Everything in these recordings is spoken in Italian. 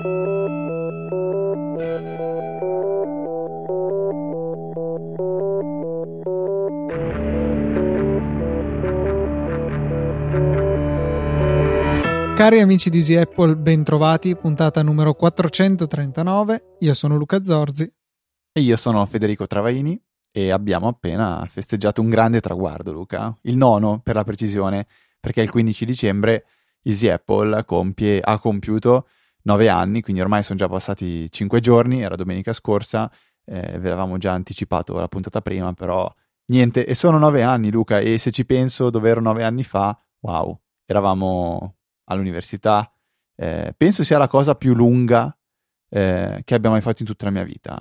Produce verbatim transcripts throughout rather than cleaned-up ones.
Cari amici di Easy Apple, bentrovati, puntata numero quattrocentotrentanove. Io sono Luca Zorzi. E io sono Federico Travaini e abbiamo appena festeggiato un grande traguardo, Luca. Il nono, per la precisione, perché il quindici dicembre Easy Apple compie, ha compiuto nove anni, quindi ormai sono già passati cinque giorni, era domenica scorsa, eh, ve l'avevamo già anticipato la puntata prima, però niente, e sono nove anni, Luca, e se ci penso dove ero nove anni fa, wow, eravamo all'università, eh, penso sia la cosa più lunga eh, che abbia mai fatto in tutta la mia vita,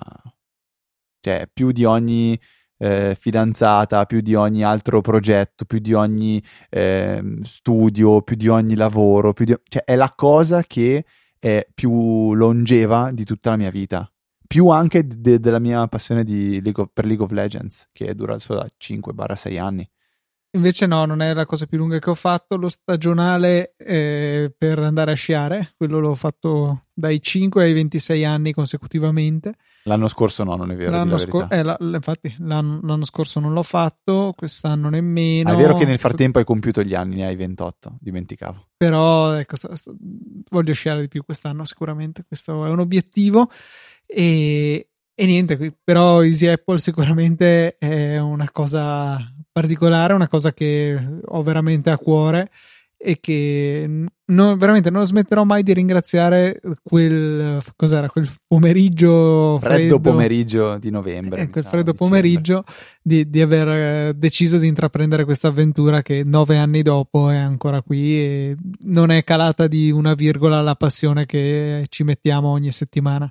cioè più di ogni eh, fidanzata, più di ogni altro progetto, più di ogni eh, studio, più di ogni lavoro, più di... cioè è la cosa che è più longeva di tutta la mia vita, più anche de- della mia passione di League of- per League of Legends, che dura solo da cinque sei anni. Invece no, non è la cosa più lunga che ho fatto. Lo stagionale eh, per andare a sciare, quello l'ho fatto dai cinque ai ventisei anni consecutivamente. L'anno scorso no, non è vero, L'anno, la scor- eh, la, infatti l'anno, l'anno scorso non l'ho fatto, quest'anno nemmeno. Ah, è vero che nel frattempo hai compiuto gli anni, ne hai ventotto, dimenticavo. Però ecco, sto, sto, voglio sciare di più quest'anno sicuramente, questo è un obiettivo. E, e niente, però Easy Apple sicuramente è una cosa particolare, una cosa che ho veramente a cuore e che non, veramente non smetterò mai di ringraziare quel cos'era quel pomeriggio freddo, freddo pomeriggio di novembre, ecco, diciamo, il freddo dicembre. pomeriggio di, di aver deciso di intraprendere questa avventura che nove anni dopo è ancora qui e non è calata di una virgola la passione che ci mettiamo ogni settimana.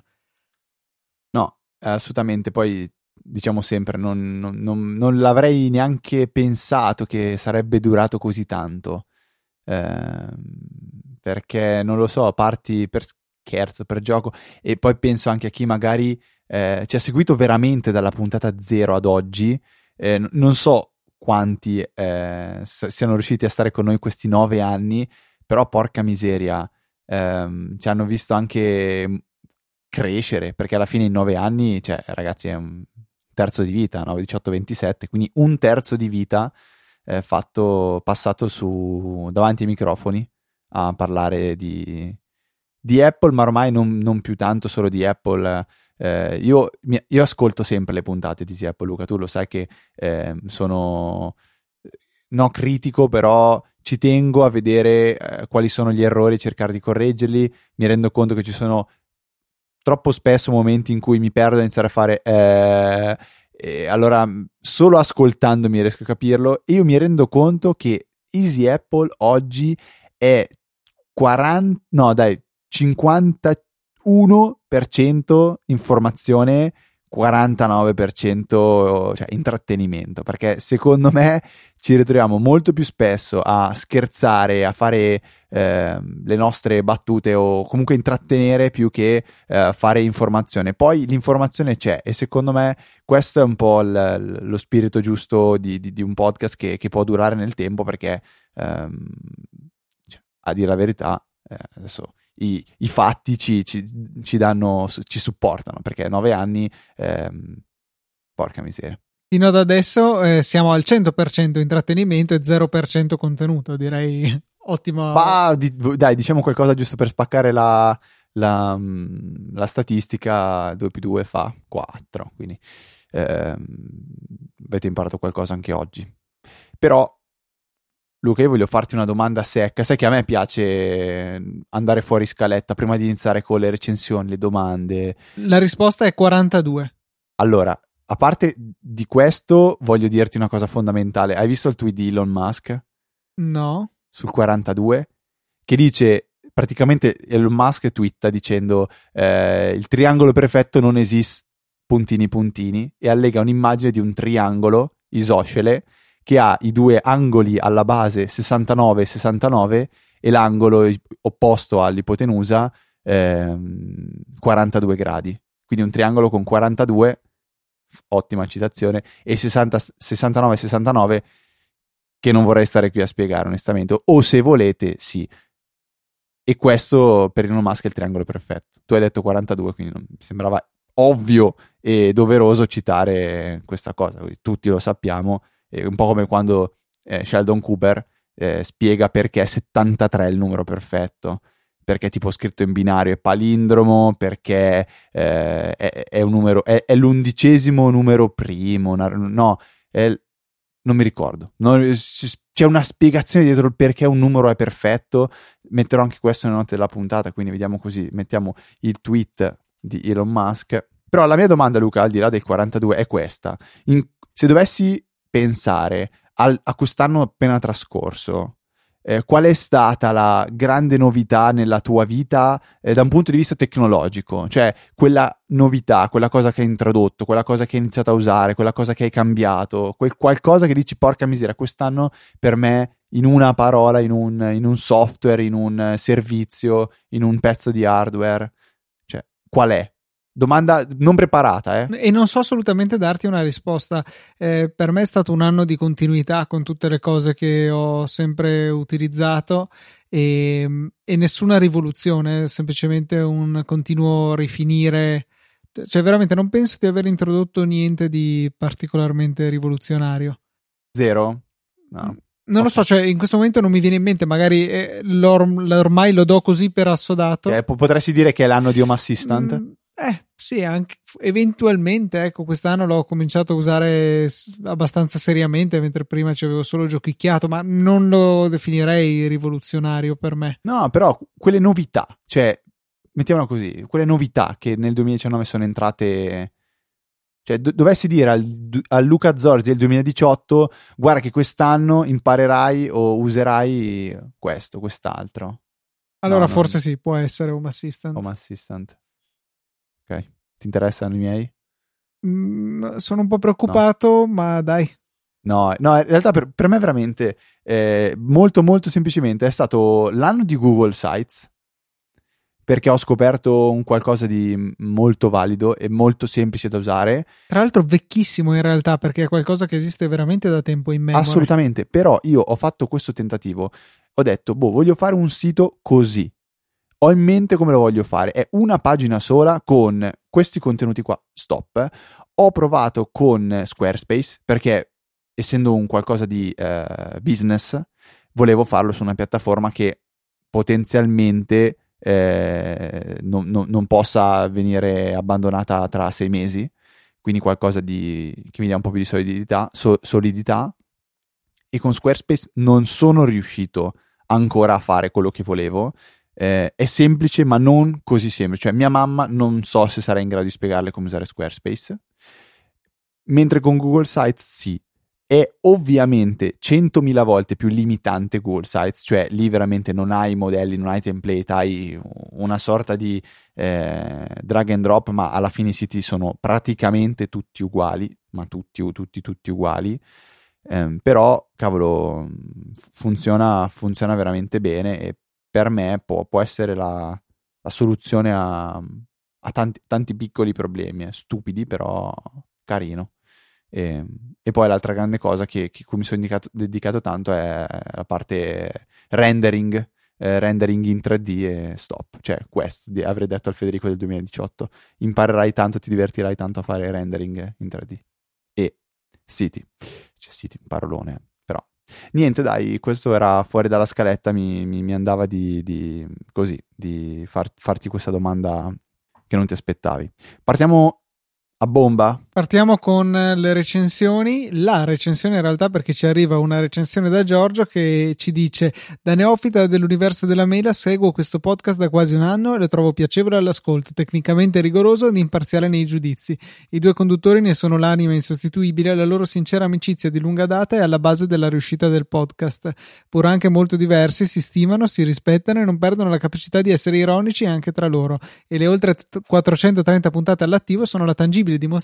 No, assolutamente. Poi diciamo sempre, non, non, non, non l'avrei neanche pensato che sarebbe durato così tanto, eh, perché non lo so, parti per scherzo, per gioco, e poi penso anche a chi magari eh, ci ha seguito veramente dalla puntata zero ad oggi, eh, n- non so quanti eh, s- siano riusciti a stare con noi questi nove anni, però porca miseria, ehm, ci hanno visto anche crescere, perché alla fine in nove anni, cioè ragazzi, è un terzo di vita, nove, diciotto, ventisette, quindi un terzo di vita eh, fatto, passato su davanti ai microfoni a parlare di, di Apple, ma ormai non, non più tanto solo di Apple. Eh, io, mi, io ascolto sempre le puntate di Apple, Luca, tu lo sai che eh, sono no critico, però ci tengo a vedere eh, quali sono gli errori, cercare di correggerli. Mi rendo conto che ci sono troppo spesso momenti in cui mi perdo a iniziare a fare eh, e allora solo ascoltandomi riesco a capirlo, e io mi rendo conto che Easy Apple oggi è quaranta no dai cinquantuno per cento informazione, quarantanove per cento cioè intrattenimento, perché secondo me ci ritroviamo molto più spesso a scherzare, a fare eh, le nostre battute o comunque intrattenere più che eh, fare informazione. Poi l'informazione c'è e secondo me questo è un po' l- lo spirito giusto di, di, di un podcast che, che può durare nel tempo, perché ehm, cioè, a dire la verità eh, adesso I, i fatti ci, ci, ci danno, ci supportano, perché nove anni, ehm, porca miseria. Fino ad adesso eh, siamo al cento per cento intrattenimento e zero per cento contenuto, direi ottimo. Ma di, dai, diciamo qualcosa giusto per spaccare la, la, la statistica. Due più due fa quattro, quindi ehm, avete imparato qualcosa anche oggi. Però Luca, io voglio farti una domanda secca. Sai che a me piace andare fuori scaletta prima di iniziare con le recensioni, le domande. La risposta è quarantadue. Allora, a parte di questo, voglio dirti una cosa fondamentale. Hai visto il tweet di Elon Musk? No. Sul quarantadue? Che dice, praticamente Elon Musk twitta dicendo eh, il triangolo perfetto non esiste, puntini puntini, e allega un'immagine di un triangolo isoscele che ha i due angoli alla base sessantanove e sessantanove e l'angolo opposto all'ipotenusa ehm, quarantadue gradi. Quindi un triangolo con quarantadue, ottima citazione, e sessanta, sessantanove e sessantanove che non vorrei stare qui a spiegare onestamente, o se volete sì. e questo per Elon Musk è il triangolo perfetto. Tu hai detto quarantadue, quindi non, mi sembrava ovvio e doveroso citare questa cosa, tutti lo sappiamo, è un po' come quando eh, Sheldon Cooper eh, spiega perché settantatré è il numero perfetto, perché tipo scritto in binario è palindromo, perché eh, è, è un numero, è, è l'undicesimo numero primo, no, è, non mi ricordo, no, c'è una spiegazione dietro il perché un numero è perfetto. Metterò anche questo nelle note della puntata, quindi vediamo così, mettiamo il tweet di Elon Musk. Però la mia domanda, Luca, al di là dei quarantadue, è questa: in, se dovessi pensare al, a quest'anno appena trascorso, Eh, qual è stata la grande novità nella tua vita eh, da un punto di vista tecnologico? Cioè, quella novità, quella cosa che hai introdotto, quella cosa che hai iniziato a usare, quella cosa che hai cambiato, quel qualcosa che dici, porca miseria, quest'anno per me, in una parola, in un, in un software, in un servizio, in un pezzo di hardware, cioè, qual è? Domanda non preparata, eh? E non so assolutamente darti una risposta. Eh, per me è stato un anno di continuità con tutte le cose che ho sempre utilizzato e, e nessuna rivoluzione, semplicemente un continuo rifinire. Cioè, veramente non penso di aver introdotto niente di particolarmente rivoluzionario. Zero? No. Non Okay. lo so, cioè in questo momento non mi viene in mente, magari eh, l'or- ormai lo do così per assodato. Eh, potresti dire che è l'anno di Home Assistant? Mm, eh sì, anche eventualmente, ecco, quest'anno l'ho cominciato a usare abbastanza seriamente, mentre prima ci avevo solo giochicchiato, ma non lo definirei rivoluzionario per me. No, però quelle novità, cioè, mettiamola così, quelle novità che nel duemiladiciannove sono entrate. Cioè, do- dovessi dire al, al Luca Zorzi del duemiladiciotto, guarda che quest'anno imparerai o userai questo, quest'altro. Allora no, forse non... sì, può essere Home Assistant. Home Assistant. Ok, ti interessano i miei? Mm, sono un po' preoccupato, no. Ma dai. No, no, in realtà per, per me veramente, eh, molto molto semplicemente, è stato l'anno di Google Sites, perché ho scoperto un qualcosa di molto valido e molto semplice da usare. Tra l'altro vecchissimo in realtà, perché è qualcosa che esiste veramente da tempo in memoria. Assolutamente, però io ho fatto questo tentativo, ho detto, boh, voglio fare un sito così, ho in mente come lo voglio fare, è una pagina sola con questi contenuti qua, stop. Ho provato con Squarespace, perché essendo un qualcosa di eh, business, volevo farlo su una piattaforma che potenzialmente Eh, non, non, non possa venire abbandonata tra sei mesi, quindi qualcosa di, che mi dia un po' più di solidità, so, solidità. E con Squarespace non sono riuscito ancora a fare quello che volevo. Eh, è semplice ma non così semplice, cioè mia mamma non so se sarà in grado di spiegarle come usare Squarespace, mentre con Google Sites sì. È ovviamente centomila volte più limitante Google Sites, cioè lì veramente non hai modelli, non hai template, hai una sorta di eh, drag and drop, ma alla fine i siti sono praticamente tutti uguali, ma tutti, tutti, tutti uguali. Eh, però, cavolo, funziona, funziona veramente bene e per me può, può essere la, la soluzione a, a tanti, tanti piccoli problemi, eh, stupidi, però carino. E, e poi l'altra grande cosa che, che cui mi sono indicato, dedicato tanto è la parte rendering, eh, rendering in tre D e stop. Cioè questo avrei detto al Federico del duemiladiciotto: imparerai tanto, ti divertirai tanto a fare rendering in tre D e siti, cioè siti, parolone, però niente, dai, questo era fuori dalla scaletta, mi, mi, mi andava di, di così di far, farti questa domanda che non ti aspettavi. Partiamo a bomba? Partiamo con le recensioni. La recensione in realtà, perché ci arriva una recensione da Giorgio che ci dice: da neofita dell'universo della mela seguo questo podcast da quasi un anno e lo trovo piacevole all'ascolto, tecnicamente rigoroso ed imparziale nei giudizi. I due conduttori ne sono l'anima insostituibile, la loro sincera amicizia di lunga data è alla base della riuscita del podcast. Pur anche molto diversi, si stimano, si rispettano e non perdono la capacità di essere ironici anche tra loro, e le oltre quattrocentotrenta puntate all'attivo sono la tangibile dimostrazione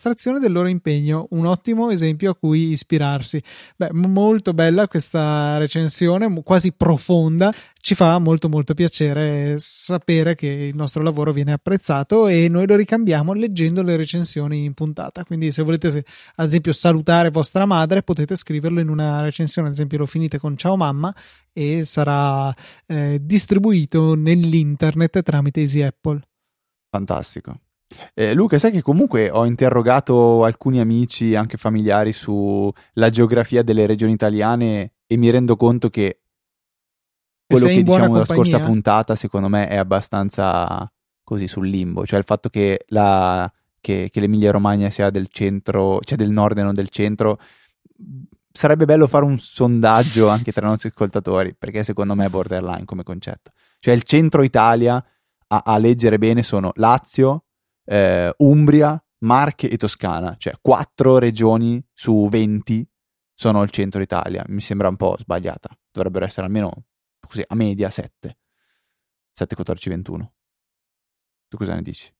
del loro impegno, un ottimo esempio a cui ispirarsi. Beh, molto bella questa recensione, quasi profonda. Ci fa molto molto piacere sapere che il nostro lavoro viene apprezzato e noi lo ricambiamo leggendo le recensioni in puntata. Quindi se volete, se, ad esempio, salutare vostra madre, potete scriverlo in una recensione, ad esempio lo finite con ciao mamma, e sarà eh, distribuito nell'internet tramite Easy Apple. Fantastico. Eh, Luca, sai che comunque ho interrogato alcuni amici, anche familiari, sulla geografia delle regioni italiane e mi rendo conto che quello che diciamo nella scorsa puntata secondo me è abbastanza così sul limbo, cioè il fatto che, la, che, che l'Emilia Romagna sia del centro, cioè del nord e non del centro. Sarebbe bello fare un sondaggio anche tra i nostri ascoltatori, perché secondo me è borderline come concetto. Cioè il centro Italia a, a leggere bene sono Lazio, eh, Umbria, Marche e Toscana, cioè quattro regioni su venti sono il centro Italia. Mi sembra un po' sbagliata, dovrebbero essere almeno così a media sette, sette, quattordici, ventuno. Tu cosa ne dici?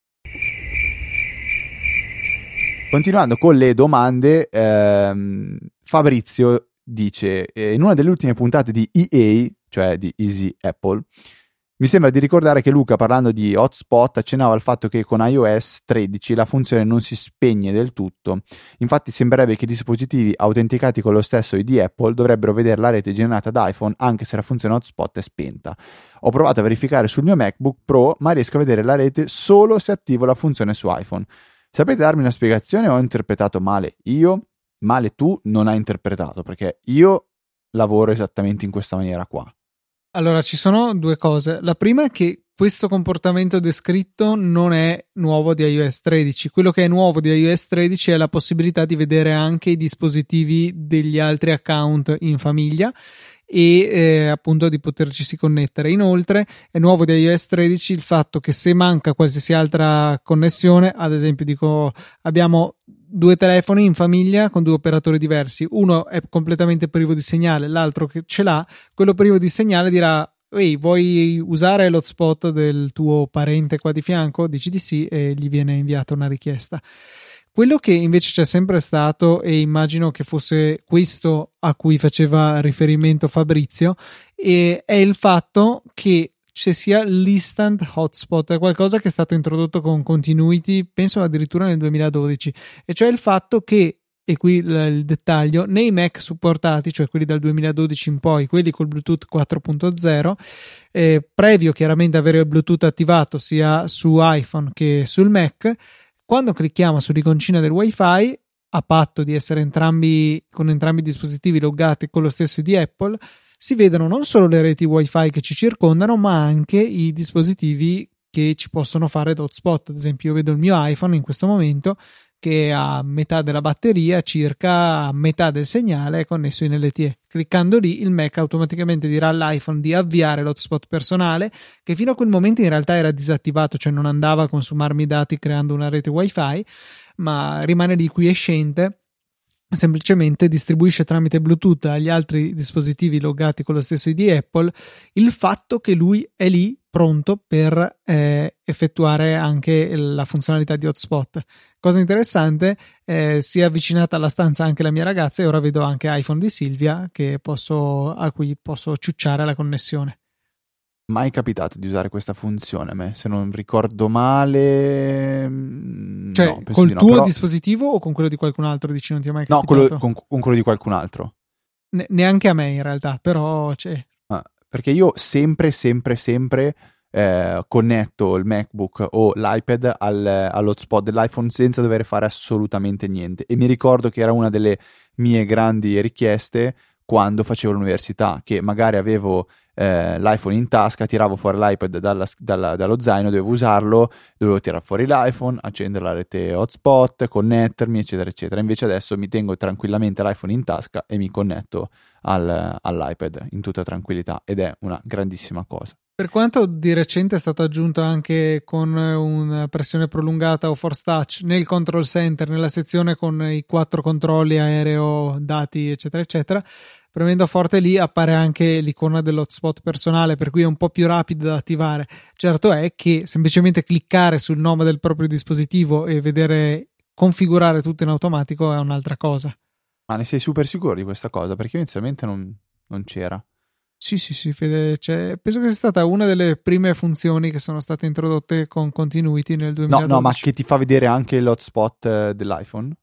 Continuando con le domande, ehm, Fabrizio dice, eh, in una delle ultime puntate di E A, cioè di Easy Apple, mi sembra di ricordare che Luca, parlando di hotspot, accennava al fatto che con iOS tredici la funzione non si spegne del tutto. Infatti sembrerebbe che i dispositivi autenticati con lo stesso I D Apple dovrebbero vedere la rete generata da iPhone anche se la funzione hotspot è spenta. Ho provato a verificare sul mio MacBook Pro, ma riesco a vedere la rete solo se attivo la funzione su iPhone. Sapete darmi una spiegazione o ho interpretato male? Io? Male tu non hai interpretato, perché io lavoro esattamente in questa maniera qua. Allora, ci sono due cose. La prima è che questo comportamento descritto non è nuovo di iOS tredici. Quello che è nuovo di iOS tredici è la possibilità di vedere anche i dispositivi degli altri account in famiglia e eh, appunto di poterci connettere. Inoltre è nuovo di iOS tredici il fatto che se manca qualsiasi altra connessione, ad esempio dico abbiamo due telefoni in famiglia con due operatori diversi, uno è completamente privo di segnale, l'altro che ce l'ha, quello privo di segnale dirà ehi, vuoi usare l'hotspot del tuo parente qua di fianco? Dici di sì e gli viene inviata una richiesta. Quello che invece c'è sempre stato, e immagino che fosse questo a cui faceva riferimento Fabrizio, è il fatto che ci sia l'instant hotspot, è qualcosa che è stato introdotto con Continuity, penso addirittura nel duemiladodici, e cioè il fatto che, e qui il dettaglio, nei Mac supportati, cioè quelli dal duemiladodici in poi, quelli col Bluetooth quattro punto zero, eh, previo chiaramente avere il Bluetooth attivato sia su iPhone che sul Mac, quando clicchiamo sull'iconcina del Wi-Fi, a patto di essere entrambi con entrambi i dispositivi loggati con lo stesso I D Apple, si vedono non solo le reti Wi-Fi che ci circondano, ma anche i dispositivi che ci possono fare da hotspot. Ad esempio, io vedo il mio iPhone in questo momento che a metà della batteria, circa a metà del segnale, è connesso in L T E. Cliccando lì, il Mac automaticamente dirà all'iPhone di avviare l'hotspot personale, che fino a quel momento in realtà era disattivato, cioè non andava a consumarmi i dati creando una rete Wi-Fi, ma rimane lì quiescente. Semplicemente distribuisce tramite Bluetooth agli altri dispositivi loggati con lo stesso I D Apple il fatto che lui è lì pronto per eh, effettuare anche la funzionalità di hotspot. Cosa interessante, eh, si è avvicinata alla stanza anche la mia ragazza e ora vedo anche iPhone di Silvia che posso, a cui posso ciucciare la connessione. Mai capitato di usare questa funzione a me, se non ricordo male, cioè no, col no, tuo però... dispositivo o con quello di qualcun altro? Dici non ti è mai capitato? No, quello, con, con quello di qualcun altro. Ne- neanche a me in realtà, però c'è. Ah, perché io sempre sempre sempre eh, connetto il MacBook o l'iPad al, all'hotspot dell'iPhone senza dover fare assolutamente niente, e mi ricordo che era una delle mie grandi richieste quando facevo l'università, che magari avevo eh, l'iPhone in tasca, tiravo fuori l'iPad dalla, dalla, dallo zaino, dovevo usarlo, dovevo tirare fuori l'iPhone, accendere la rete hotspot, connettermi, eccetera eccetera. Invece adesso mi tengo tranquillamente l'iPhone in tasca e mi connetto al, all'iPad in tutta tranquillità, ed è una grandissima cosa. Per quanto di recente è stato aggiunto anche con una pressione prolungata o force touch nel control center, nella sezione con i quattro controlli aereo, dati, eccetera eccetera, premendo forte lì appare anche l'icona dell'hotspot personale, per cui è un po' più rapido da attivare. Certo è che semplicemente cliccare sul nome del proprio dispositivo e vedere configurare tutto in automatico è un'altra cosa. Ma ne sei super sicuro di questa cosa? Perché inizialmente non, non c'era. Sì, sì, sì, Fede, cioè, penso che sia stata una delle prime funzioni che sono state introdotte con Continuity nel duemiladodici. No, no, ma che ti fa vedere anche l'hotspot eh, dell'iPhone?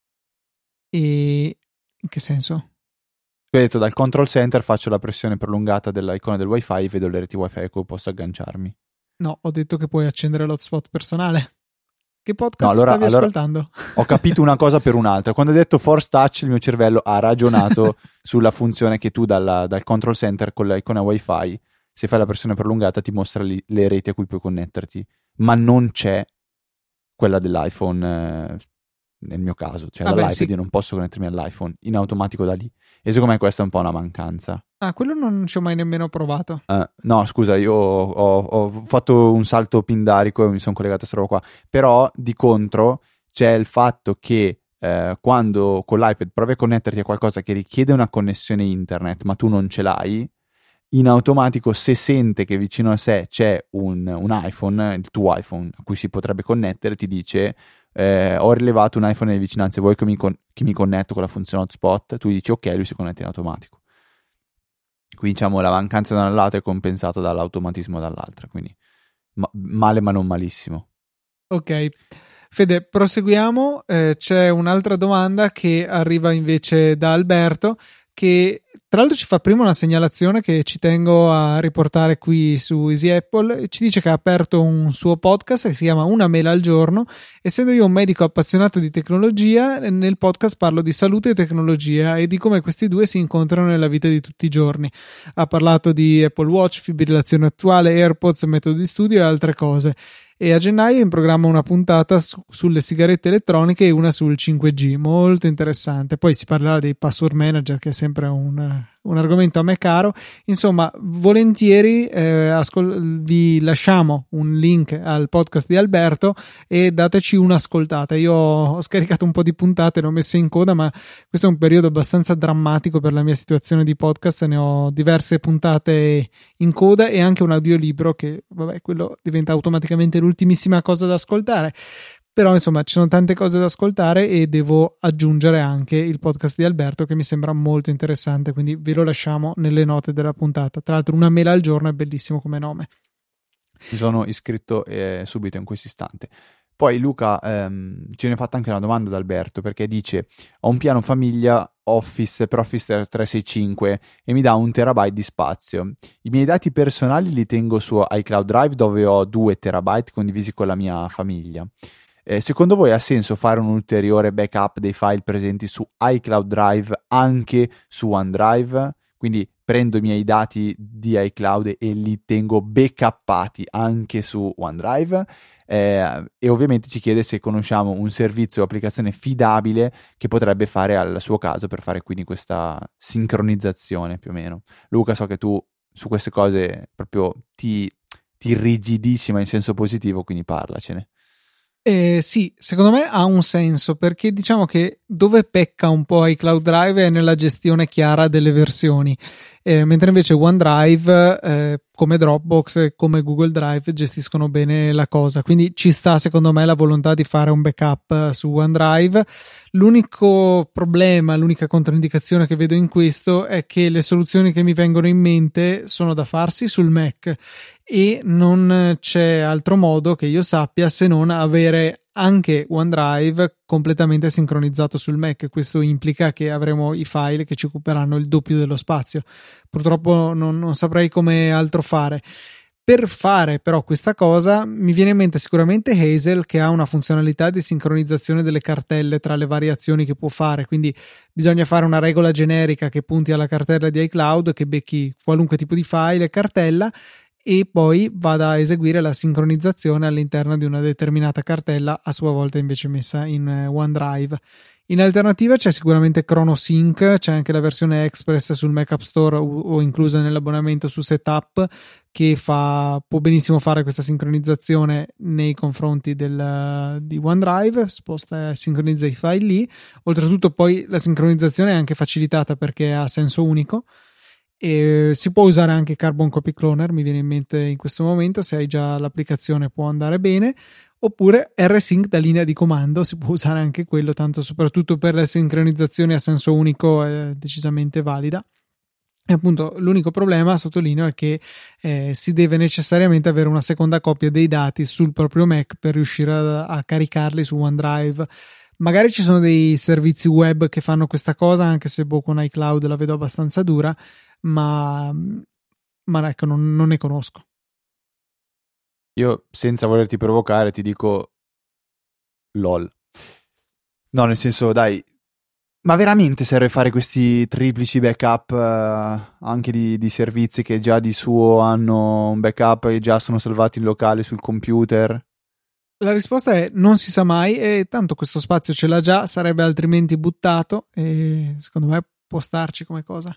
E in che senso? Tu hai detto dal control center faccio la pressione prolungata dell'icona del wifi e vedo le reti wifi a cui posso agganciarmi. No, ho detto che puoi accendere l'hotspot personale. Che podcast No, allora, stavi allora ascoltando? Ho capito una cosa per un'altra. Quando hai detto Force Touch, il mio cervello ha ragionato sulla funzione che tu dalla, dal control center con l'icona wifi, se fai la pressione prolungata, ti mostra li, le reti a cui puoi connetterti. Ma non c'è quella dell'iPhone eh, nel mio caso. Cioè Vabbè, dall'iPad sì. io non posso connettermi all'iPhone in automatico da lì. E secondo me questa è un po' una mancanza. Ah, quello non ci ho mai nemmeno provato. Uh, no, scusa, io ho, ho, ho fatto un salto pindarico e mi sono collegato a questa roba qua. Però, di contro, c'è il fatto che eh, quando con l'iPad provi a connetterti a qualcosa che richiede una connessione internet, ma tu non ce l'hai, in automatico, se sente che vicino a sé c'è un, un iPhone, il tuo iPhone, a cui si potrebbe connettere, ti dice eh, ho rilevato un iPhone nelle vicinanze, vuoi che mi, con- che mi connetto con la funzione hotspot? Tu gli dici ok, lui si connette in automatico. Quindi diciamo la mancanza da un lato è compensata dall'automatismo dall'altro, quindi ma- male ma non malissimo. Ok, Fede, proseguiamo. Eh, c'è un'altra domanda che arriva invece da Alberto, che tra l'altro ci fa prima una segnalazione che ci tengo a riportare qui su Easy Apple. Ci dice che ha aperto un suo podcast che si chiama Una mela al giorno. Essendo io un medico appassionato di tecnologia, nel podcast parlo di salute e tecnologia e di come questi due si incontrano nella vita di tutti i giorni. Ha parlato di Apple Watch, fibrillazione attuale, AirPods, metodo di studio e altre cose. E a gennaio in programma una puntata su, sulle sigarette elettroniche e una sul cinque G, molto interessante. Poi si parlerà dei password manager, che è sempre un, un argomento a me caro. Insomma, volentieri eh, ascol- vi lasciamo un link al podcast di Alberto e dateci un'ascoltata. Io ho scaricato un po' di puntate, le ho messe in coda, ma questo è un periodo abbastanza drammatico per la mia situazione di podcast. Ne ho diverse puntate in coda e anche un audiolibro che, vabbè, quello diventa automaticamente l'ultimissima cosa da ascoltare. Però insomma ci sono tante cose da ascoltare e devo aggiungere anche il podcast di Alberto che mi sembra molto interessante, quindi ve lo lasciamo nelle note della puntata. Tra l'altro Una mela al giorno è bellissimo come nome. Mi sono iscritto eh, subito in questo istante. Poi Luca ehm, ce ne ha fatto anche una domanda ad Alberto, perché dice ho un piano famiglia Office per Office trecentosessantacinque e mi dà un terabyte di spazio. I miei dati personali li tengo su iCloud Drive dove ho due terabyte condivisi con la mia famiglia. Eh, secondo voi ha senso fare un ulteriore backup dei file presenti su iCloud Drive anche su OneDrive? Quindi prendo i miei dati di iCloud e li tengo backuppati anche su OneDrive. Eh, e ovviamente ci chiede se conosciamo un servizio o applicazione fidabile che potrebbe fare al suo caso per fare quindi questa sincronizzazione più o meno. Luca, so che tu su queste cose proprio ti, ti irrigidisci ma in senso positivo, quindi parlacene. Eh, sì, secondo me ha un senso, perché diciamo che dove pecca un po' iCloud Drive è nella gestione chiara delle versioni, eh, mentre invece OneDrive, eh, come Dropbox e come Google Drive gestiscono bene la cosa, quindi ci sta secondo me la volontà di fare un backup su OneDrive. L'unico problema, l'unica controindicazione che vedo in questo è che le soluzioni che mi vengono in mente sono da farsi sul Mac e non c'è altro modo che io sappia se non avere anche OneDrive completamente sincronizzato sul Mac. Questo implica che avremo i file che ci occuperanno il doppio dello spazio. Purtroppo non, non saprei come altro fare. Per fare però questa cosa mi viene in mente sicuramente Hazel, che ha una funzionalità di sincronizzazione delle cartelle tra le variazioni che può fare, quindi bisogna fare una regola generica che punti alla cartella di iCloud, che becchi qualunque tipo di file e cartella e poi vada a eseguire la sincronizzazione all'interno di una determinata cartella, a sua volta invece messa in OneDrive. In alternativa c'è sicuramente ChronoSync, c'è anche la versione Express sul Mac App Store o, o inclusa nell'abbonamento su Setup, che fa, può benissimo fare questa sincronizzazione nei confronti del, di OneDrive, sposta e sincronizza i file lì. Oltretutto poi la sincronizzazione è anche facilitata perché ha senso unico. E si può usare anche Carbon Copy Cloner, mi viene in mente in questo momento, se hai già l'applicazione può andare bene, oppure R-Sync da linea di comando, si può usare anche quello, tanto soprattutto per le sincronizzazioni a senso unico è decisamente valida. E appunto l'unico problema, sottolineo, è che eh, si deve necessariamente avere una seconda copia dei dati sul proprio Mac per riuscire a, a caricarli su OneDrive. Magari ci sono dei servizi web che fanno questa cosa, anche se boh, con iCloud la vedo abbastanza dura, ma, ma ecco, non, non ne conosco. Io, senza volerti provocare, ti dico lol. No, nel senso, dai, ma veramente serve fare questi triplici backup eh, anche di, di servizi che già di suo hanno un backup e già sono salvati in locale sul computer? La risposta è non si sa mai, e tanto questo spazio ce l'ha già, sarebbe altrimenti buttato, e secondo me può starci come cosa.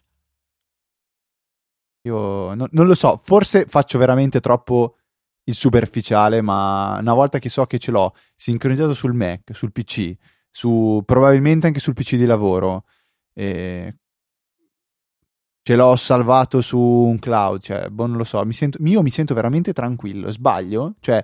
Io no, non lo so, forse faccio veramente troppo il superficiale, ma una volta che so che ce l'ho sincronizzato sul Mac, sul P C, su, probabilmente anche sul P C di lavoro, e ce l'ho salvato su un cloud, cioè, boh, non lo so, mi sento, io mi sento veramente tranquillo. Sbaglio? Cioè,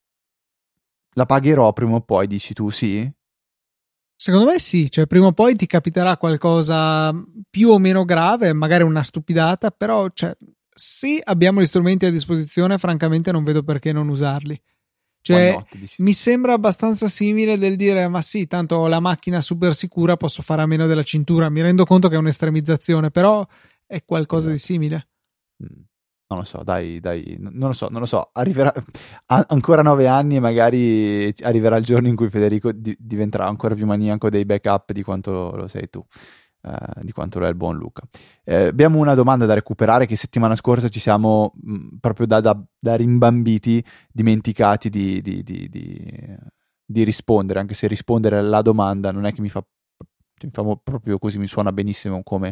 la pagherò prima o poi, dici tu, sì? Secondo me sì, cioè prima o poi ti capiterà qualcosa più o meno grave, magari una stupidata, però cioè, se abbiamo gli strumenti a disposizione, francamente non vedo perché non usarli. Cioè, not, mi sembra abbastanza simile del dire, ma sì, tanto ho la macchina super sicura, posso fare a meno della cintura. Mi rendo conto che è un'estremizzazione, però è qualcosa esatto. di simile. Mm. Non lo so, dai, dai, non lo so, non lo so. Arriverà a- ancora nove anni e magari arriverà il giorno in cui Federico di- diventerà ancora più maniaco dei backup di quanto lo, lo sei tu, eh, di quanto lo è il buon Luca. Eh, abbiamo una domanda da recuperare che settimana scorsa ci siamo mh, proprio da, da, da rimbambiti dimenticati di, di, di, di, di rispondere, anche se rispondere alla domanda non è che mi fa, mi fa proprio così, mi suona benissimo come...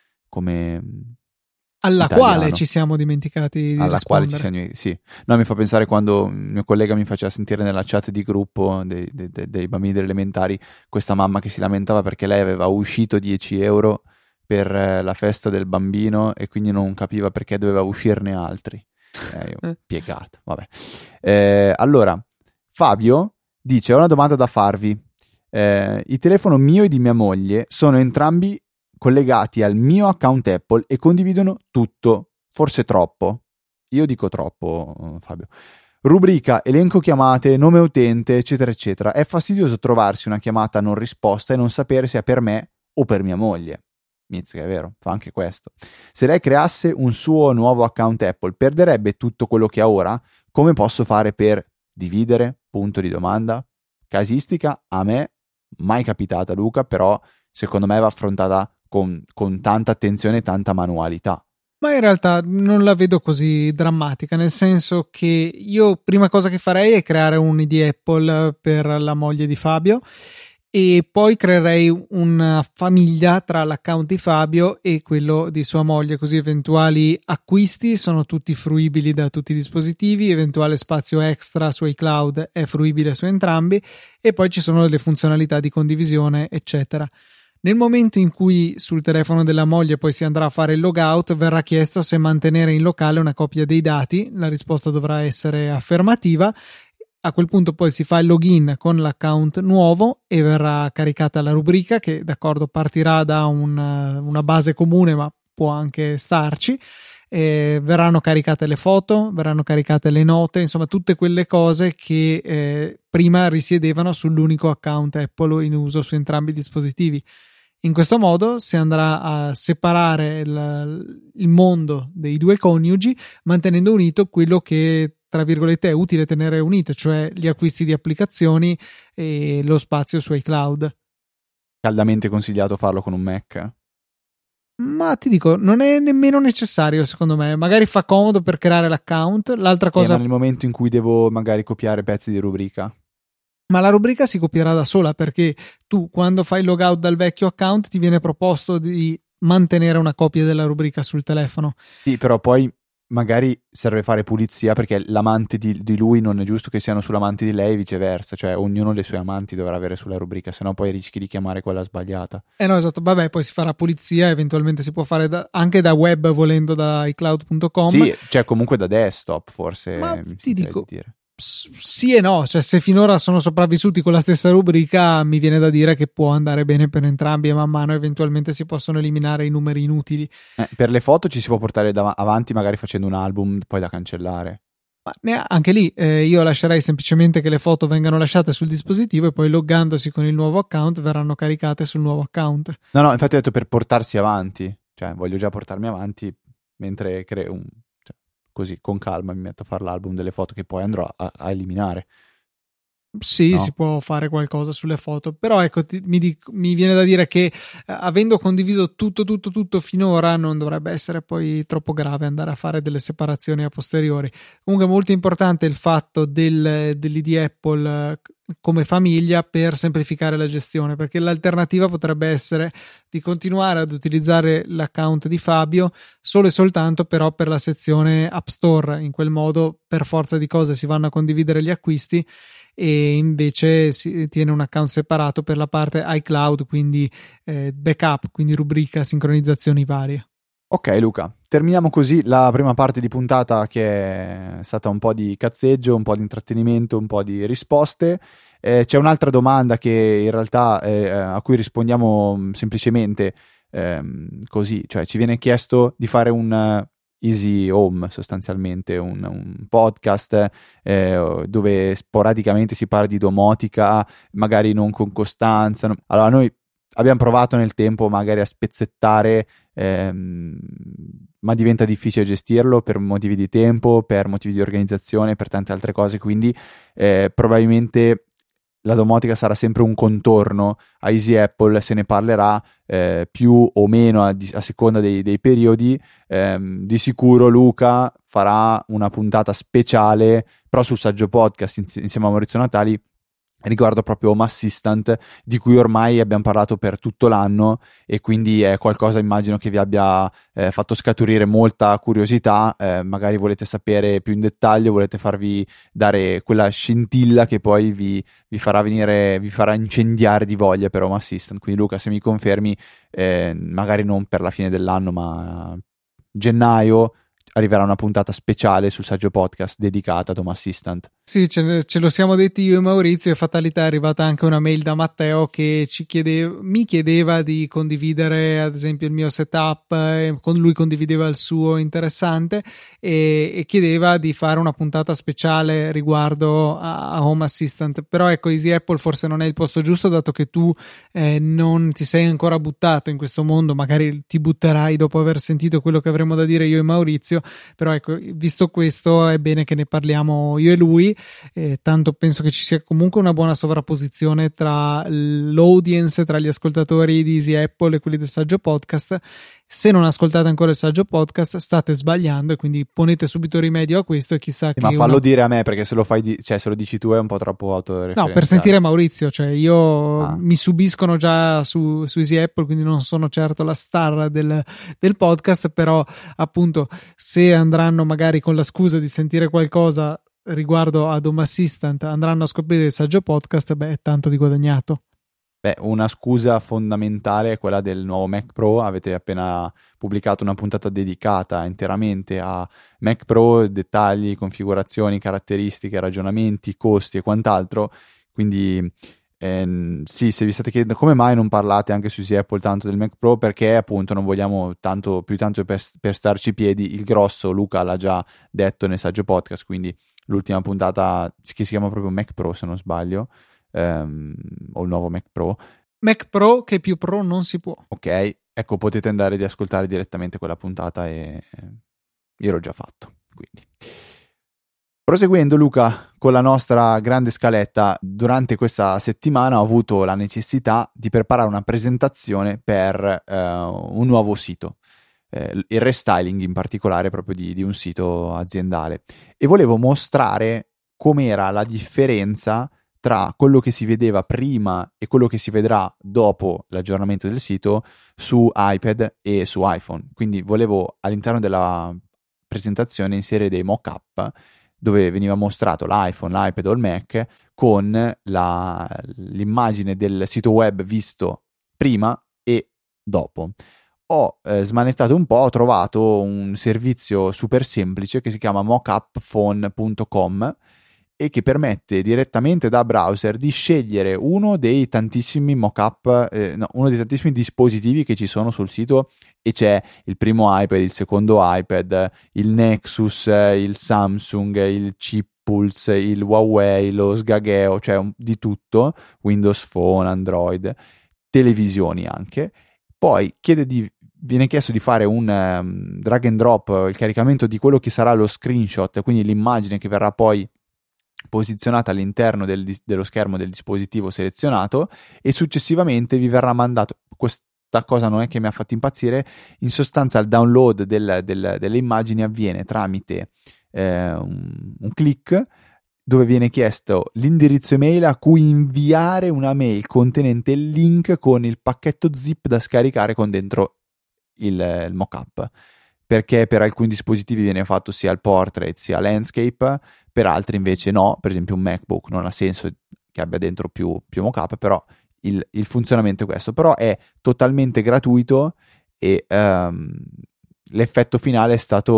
come alla italiano. Quale ci siamo dimenticati di alla rispondere. quale ci siamo, sì. No, mi fa pensare quando un mio collega mi faceva sentire nella chat di gruppo dei, dei, dei bambini delle elementari questa mamma che si lamentava perché lei aveva uscito dieci euro per la festa del bambino e quindi non capiva perché doveva uscirne altri. Eh, io, piegato, vabbè. Eh, allora, Fabio dice: ho una domanda da farvi. Eh, il telefono mio e di mia moglie sono entrambi collegati al mio account Apple e condividono tutto, forse troppo. Io dico troppo, Fabio. Rubrica, elenco chiamate, nome utente, eccetera, eccetera. È fastidioso trovarsi una chiamata non risposta e non sapere se è per me o per mia moglie. Mizzica, è vero, fa anche questo. Se lei creasse un suo nuovo account Apple, perderebbe tutto quello che ha ora? Come posso fare per dividere? Punto di domanda. Casistica, a me mai capitata, Luca, però secondo me va affrontata Con, con tanta attenzione e tanta manualità. Ma in realtà non la vedo così drammatica, nel senso che io prima cosa che farei è creare un I D Apple per la moglie di Fabio e poi creerei una famiglia tra l'account di Fabio e quello di sua moglie, così eventuali acquisti sono tutti fruibili da tutti i dispositivi, eventuale spazio extra su iCloud è fruibile su entrambi e poi ci sono delle funzionalità di condivisione, eccetera. Nel momento in cui sul telefono della moglie poi si andrà a fare il logout, verrà chiesto se mantenere in locale una copia dei dati, la risposta dovrà essere affermativa. A quel punto poi si fa il login con l'account nuovo e verrà caricata la rubrica che, d'accordo, partirà da un, una base comune ma può anche starci. Eh, verranno caricate le foto, verranno caricate le note, insomma tutte quelle cose che eh, prima risiedevano sull'unico account Apple in uso su entrambi i dispositivi. In questo modo si andrà a separare il, il mondo dei due coniugi, mantenendo unito quello che, tra virgolette, è utile tenere unite, cioè gli acquisti di applicazioni e lo spazio su iCloud. Caldamente consigliato farlo con un Mac? Ma ti dico, non è nemmeno necessario, secondo me. Magari fa comodo per creare l'account. L'altra cosa... Eh, ma nel momento in cui devo magari copiare pezzi di rubrica? Ma la rubrica si copierà da sola, perché tu quando fai il logout dal vecchio account ti viene proposto di mantenere una copia della rubrica sul telefono. Sì, però poi magari serve fare pulizia, perché l'amante di, di lui non è giusto che siano sull'amante di lei e viceversa, cioè ognuno dei suoi amanti dovrà avere sulla rubrica, sennò poi rischi di chiamare quella sbagliata. Eh no, esatto, vabbè, poi si farà pulizia, eventualmente si può fare da, anche da web volendo da iCloud punto com. Sì, cioè comunque da desktop forse. Ma mi ti dico, di dire. Sì e no, cioè se finora sono sopravvissuti con la stessa rubrica, mi viene da dire che può andare bene per entrambi e man mano eventualmente si possono eliminare i numeri inutili. Eh, per le foto ci si può portare dav- avanti magari facendo un album poi da cancellare. Ma ne- anche lì eh, io lascerei semplicemente che le foto vengano lasciate sul dispositivo e poi loggandosi con il nuovo account verranno caricate sul nuovo account. No, no, infatti ho detto per portarsi avanti, cioè voglio già portarmi avanti mentre creo un... così con calma mi metto a fare l'album delle foto che poi andrò a, a eliminare. Sì, no? Si può fare qualcosa sulle foto, però ecco, ti, mi, dico, mi viene da dire che eh, avendo condiviso tutto, tutto, tutto finora non dovrebbe essere poi troppo grave andare a fare delle separazioni a posteriori. Comunque è molto importante il fatto del, dell'I D Apple eh, come famiglia per semplificare la gestione, perché l'alternativa potrebbe essere di continuare ad utilizzare l'account di Fabio solo e soltanto però per la sezione App Store, in quel modo per forza di cose si vanno a condividere gli acquisti e invece si tiene un account separato per la parte iCloud, quindi eh, backup, quindi rubrica, sincronizzazioni varie. Ok Luca, terminiamo così la prima parte di puntata che è stata un po' di cazzeggio, un po' di intrattenimento, un po' di risposte. Eh, c'è un'altra domanda che in realtà eh, a cui rispondiamo semplicemente ehm, così, cioè ci viene chiesto di fare un Easy Home, sostanzialmente un, un podcast eh, dove sporadicamente si parla di domotica, magari non con costanza. Allora noi abbiamo provato nel tempo magari a spezzettare, ehm, ma diventa difficile gestirlo per motivi di tempo, per motivi di organizzazione, per tante altre cose, quindi eh, probabilmente la domotica sarà sempre un contorno a Easy Apple, se ne parlerà eh, più o meno a, a seconda dei, dei periodi. Eh, di sicuro Luca farà una puntata speciale, però sul Saggio Podcast ins- insieme a Maurizio Natali, riguardo proprio Home Assistant, di cui ormai abbiamo parlato per tutto l'anno e quindi è qualcosa, immagino, che vi abbia eh, fatto scaturire molta curiosità. Eh, magari volete sapere più in dettaglio, volete farvi dare quella scintilla che poi vi, vi farà venire, vi farà incendiare di voglia per Home Assistant. Quindi Luca, se mi confermi, eh, magari non per la fine dell'anno ma gennaio arriverà una puntata speciale sul Saggio Podcast dedicata ad Home Assistant. Sì, ce, ce lo siamo detti io e Maurizio, e fatalità è arrivata anche una mail da Matteo che ci chiedeva, mi chiedeva di condividere ad esempio il mio setup, eh, con lui condivideva il suo interessante e, e chiedeva di fare una puntata speciale riguardo a, a Home Assistant, però ecco, Easy Apple forse non è il posto giusto, dato che tu eh, non ti sei ancora buttato in questo mondo, magari ti butterai dopo aver sentito quello che avremo da dire io e Maurizio, però ecco, visto questo è bene che ne parliamo io e lui. Eh, tanto penso che ci sia comunque una buona sovrapposizione tra l'audience, tra gli ascoltatori di Easy Apple e quelli del Saggio Podcast. Se non ascoltate ancora il Saggio Podcast state sbagliando e quindi ponete subito rimedio a questo e chissà che... Ma fallo una... dire a me, perché se lo fai di... cioè se lo dici tu è un po' troppo autoreferenziale. No, per sentire Maurizio, cioè io ah. mi subiscono già su, su Easy Apple, quindi non sono certo la star del, del podcast, però appunto se andranno magari con la scusa di sentire qualcosa riguardo ad Home Assistant, andranno a scoprire il Saggio Podcast, beh, è tanto di guadagnato. Beh, una scusa fondamentale è quella del nuovo Mac Pro. Avete appena pubblicato una puntata dedicata interamente a Mac Pro, dettagli, configurazioni, caratteristiche, ragionamenti, costi e quant'altro. Quindi ehm, sì, se vi state chiedendo come mai non parlate anche su Easy Apple tanto del Mac Pro, perché appunto non vogliamo tanto più tanto per, per starci piedi. Il grosso Luca l'ha già detto nel Saggio Podcast, quindi l'ultima puntata che si chiama proprio Mac Pro se non sbaglio, um, o il nuovo Mac Pro Mac Pro, che più Pro non si può. Ok, ecco, potete andare ad ascoltare direttamente quella puntata e io l'ho già fatto. Quindi proseguendo Luca con la nostra grande scaletta, durante questa settimana ho avuto la necessità di preparare una presentazione per uh, un nuovo sito, eh, il restyling in particolare proprio di, di un sito aziendale, e volevo mostrare com'era la differenza tra quello che si vedeva prima e quello che si vedrà dopo l'aggiornamento del sito su iPad e su iPhone. Quindi volevo all'interno della presentazione, inserire dei mock-up dove veniva mostrato l'iPhone, l'iPad o il Mac con la, l'immagine del sito web visto prima e dopo. Ho eh, smanettato un po', ho trovato un servizio super semplice che si chiama mockupphone punto com e che permette direttamente da browser di scegliere uno dei tantissimi mockup, eh, no, uno dei tantissimi dispositivi che ci sono sul sito, e c'è il primo iPad, il secondo iPad, il Nexus, il Samsung, il Chip Pulse, il Huawei, lo Sgageo, cioè un, di tutto, Windows Phone, Android, televisioni anche. Poi chiede di, viene chiesto di fare un um, drag and drop, il caricamento di quello che sarà lo screenshot, quindi l'immagine che verrà poi posizionata all'interno del, dello schermo del dispositivo selezionato, e successivamente vi verrà mandato. Questa cosa non è che mi ha fatto impazzire, in sostanza il download del, del, delle immagini avviene tramite eh, un, un click dove viene chiesto l'indirizzo email a cui inviare una mail contenente il link con il pacchetto zip da scaricare con dentro il, il mockup, perché per alcuni dispositivi viene fatto sia il portrait sia landscape, per altri invece no. Per esempio un MacBook non ha senso che abbia dentro più, più mockup, però il, il funzionamento è questo. Però è totalmente gratuito e um, l'effetto finale è stato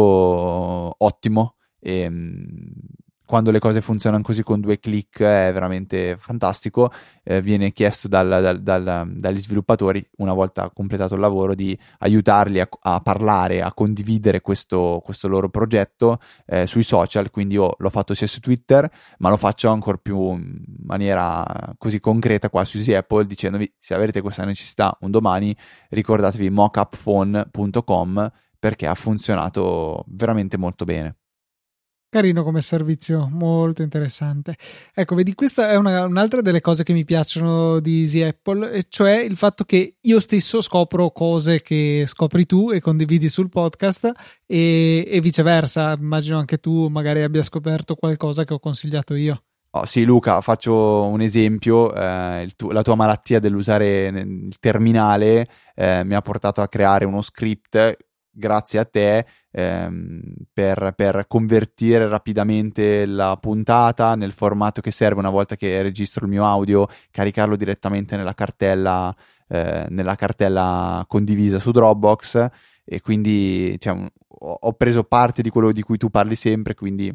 ottimo, e um, quando le cose funzionano così con due click è veramente fantastico. Eh, viene chiesto dal, dal, dal, dagli sviluppatori, una volta completato il lavoro, di aiutarli a, a parlare, a condividere questo, questo loro progetto eh, sui social. Quindi io l'ho fatto sia su Twitter, ma lo faccio ancora più in maniera così concreta qua su Easy Apple, dicendovi: se avete questa necessità un domani, ricordatevi mockupphone punto com, perché ha funzionato veramente molto bene. Carino come servizio, molto interessante. Ecco, vedi, questa è una, un'altra delle cose che mi piacciono di Easy Apple, e cioè il fatto che io stesso scopro cose che scopri tu e condividi sul podcast, e, e viceversa. Immagino anche tu magari abbia scoperto qualcosa che ho consigliato io. Oh, sì, Luca, faccio un esempio. Eh, il tu- la tua malattia dell'usare il terminale eh, mi ha portato a creare uno script, grazie a te, ehm, per, per convertire rapidamente la puntata nel formato che serve una volta che registro il mio audio, caricarlo direttamente nella cartella, eh, nella cartella condivisa su Dropbox. E quindi cioè, ho, ho preso parte di quello di cui tu parli sempre, quindi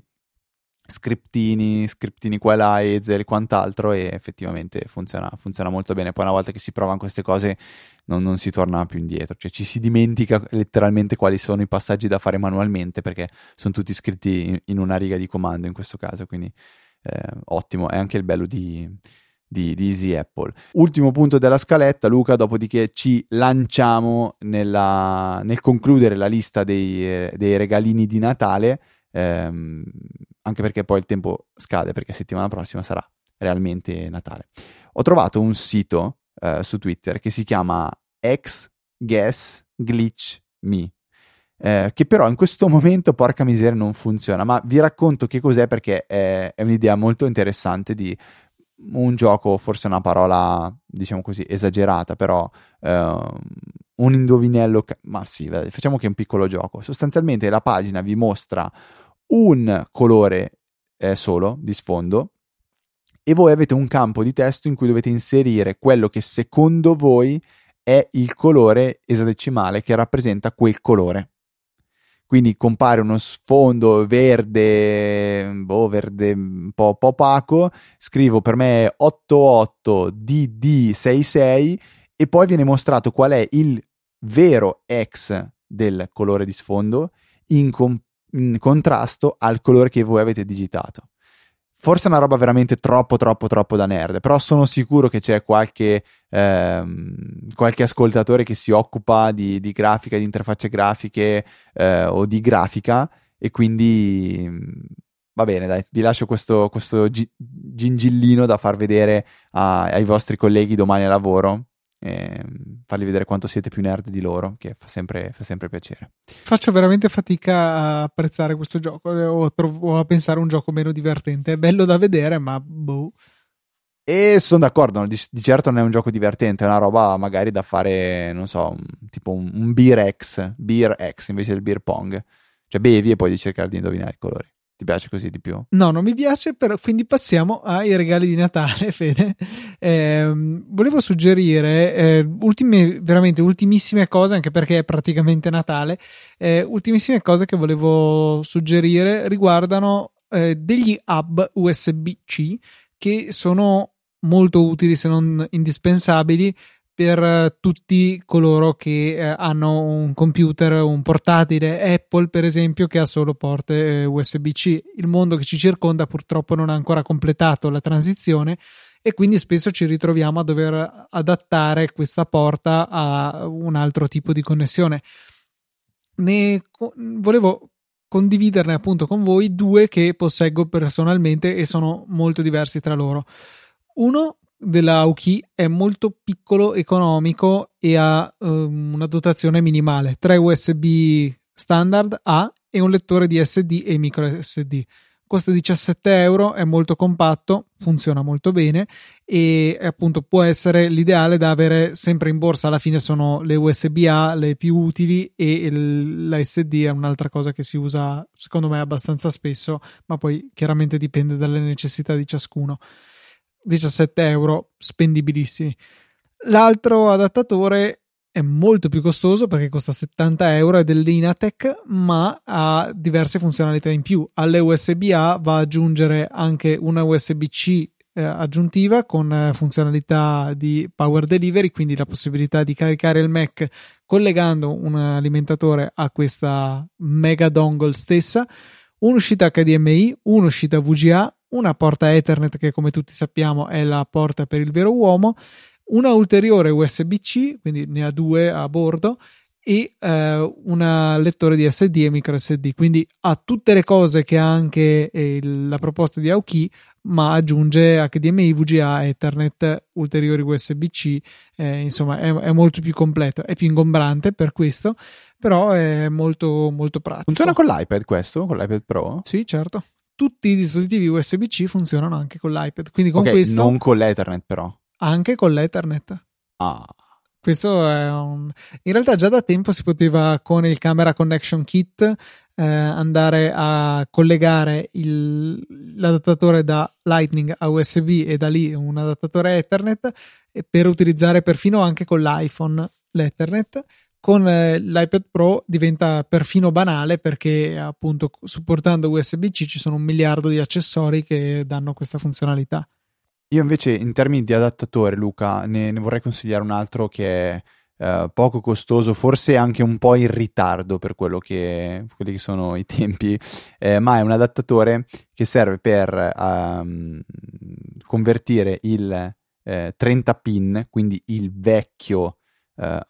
scriptini, scriptini qua e là, Ezel e quant'altro, e effettivamente funziona, funziona molto bene. Poi una volta che si provano queste cose non, non si torna più indietro, cioè ci si dimentica letteralmente quali sono i passaggi da fare manualmente, perché sono tutti scritti in, in una riga di comando in questo caso. Quindi eh, ottimo, è anche il bello di, di, di Easy Apple. Ultimo punto della scaletta, Luca, dopodiché ci lanciamo nella, nel concludere la lista dei, eh, dei regalini di Natale. Ehm, anche perché poi il tempo scade, perché settimana prossima sarà realmente Natale. Ho trovato un sito eh, su Twitter che si chiama X Guess Glitch Me, eh, che però in questo momento, porca miseria, non funziona, ma vi racconto che cos'è, perché è, è un'idea molto interessante di un gioco, forse una parola diciamo così esagerata, però eh, un indovinello, ma sì, facciamo che è un piccolo gioco. Sostanzialmente la pagina vi mostra un colore eh, solo di sfondo, e voi avete un campo di testo in cui dovete inserire quello che secondo voi è il colore esadecimale che rappresenta quel colore. Quindi compare uno sfondo verde, boh, verde un po', po' opaco, scrivo per me ottantotto D D sessantasei e poi viene mostrato qual è il vero X del colore di sfondo in, com- in contrasto al colore che voi avete digitato. Forse è una roba veramente troppo troppo troppo da nerd, però sono sicuro che c'è qualche, ehm, qualche ascoltatore che si occupa di, di grafica, di interfacce grafiche eh, o di grafica, e quindi va bene, dai, vi lascio questo, questo gi- gingillino da far vedere a, ai vostri colleghi domani a lavoro, e fargli vedere quanto siete più nerd di loro, che fa sempre, fa sempre piacere. Faccio veramente fatica a apprezzare questo gioco o a, tro- o a pensare un gioco meno divertente. È bello da vedere, ma boh. E sono d'accordo, di, di certo non è un gioco divertente, è una roba magari da fare, non so, un, tipo un, un Beer X, Beer X invece del Beer Pong. Cioè bevi e poi di cercare di indovinare i colori. Ti piace così di più? No, non mi piace, però quindi passiamo ai regali di Natale, Fede. Eh, volevo suggerire eh, ultime, veramente ultimissime cose, anche perché è praticamente Natale. Eh, ultimissime cose che volevo suggerire riguardano eh, degli hub U S B-C che sono molto utili, se non indispensabili, per tutti coloro che eh, hanno un computer, un portatile Apple per esempio, che ha solo porte eh, U S B-C. Il mondo che ci circonda purtroppo non ha ancora completato la transizione e quindi spesso ci ritroviamo a dover adattare questa porta a un altro tipo di connessione. Ne co- volevo condividerne appunto con voi due che posseggo personalmente e sono molto diversi tra loro. Uno della Aukey è molto piccolo, economico e ha um, una dotazione minimale, tre U S B standard A e un lettore di S D e micro S D. Costa diciassette euro, è molto compatto, funziona molto bene e appunto può essere l'ideale da avere sempre in borsa. Alla fine sono le U S B A le più utili e il, la S D è un'altra cosa che si usa secondo me abbastanza spesso, ma poi chiaramente dipende dalle necessità di ciascuno. diciassette euro spendibilissimi. L'altro adattatore è molto più costoso perché costa settanta euro, è dell'Inatec, ma ha diverse funzionalità in più. Alle U S B A va ad aggiungere anche una U S B-C eh, aggiuntiva con eh, funzionalità di power delivery, quindi la possibilità di caricare il Mac collegando un alimentatore a questa mega dongle stessa, un'uscita H D M I, un'uscita V G A, una porta Ethernet che come tutti sappiamo è la porta per il vero uomo, una ulteriore U S B-C, quindi ne ha due a bordo, e eh, un lettore di S D e micro S D, quindi ha tutte le cose che ha anche eh, la proposta di Aukey, ma aggiunge H D M I, V G A, Ethernet, ulteriori U S B-C, eh, insomma è, è molto più completo, è più ingombrante per questo, però è molto molto pratico. Funziona con l'iPad questo? Con l'iPad Pro? Sì, certo. Tutti i dispositivi U S B-C funzionano anche con l'iPad, quindi con okay, questo non con l'Ethernet però. Anche con l'Ethernet. Ah. Questo è un... In realtà già da tempo si poteva con il Camera Connection Kit eh, andare a collegare il... l'adattatore da Lightning a U S B e da lì un adattatore Ethernet e per utilizzare perfino anche con l'iPhone l'Ethernet. Con eh, l'iPad Pro diventa perfino banale perché appunto supportando U S B-C ci sono un miliardo di accessori che danno questa funzionalità. Io invece in termini di adattatore, Luca, ne, ne vorrei consigliare un altro che è eh, poco costoso, forse anche un po' in ritardo per quello che, quelli che sono i tempi, eh, ma è un adattatore che serve per um, convertire il eh, trenta pin, quindi il vecchio, eh,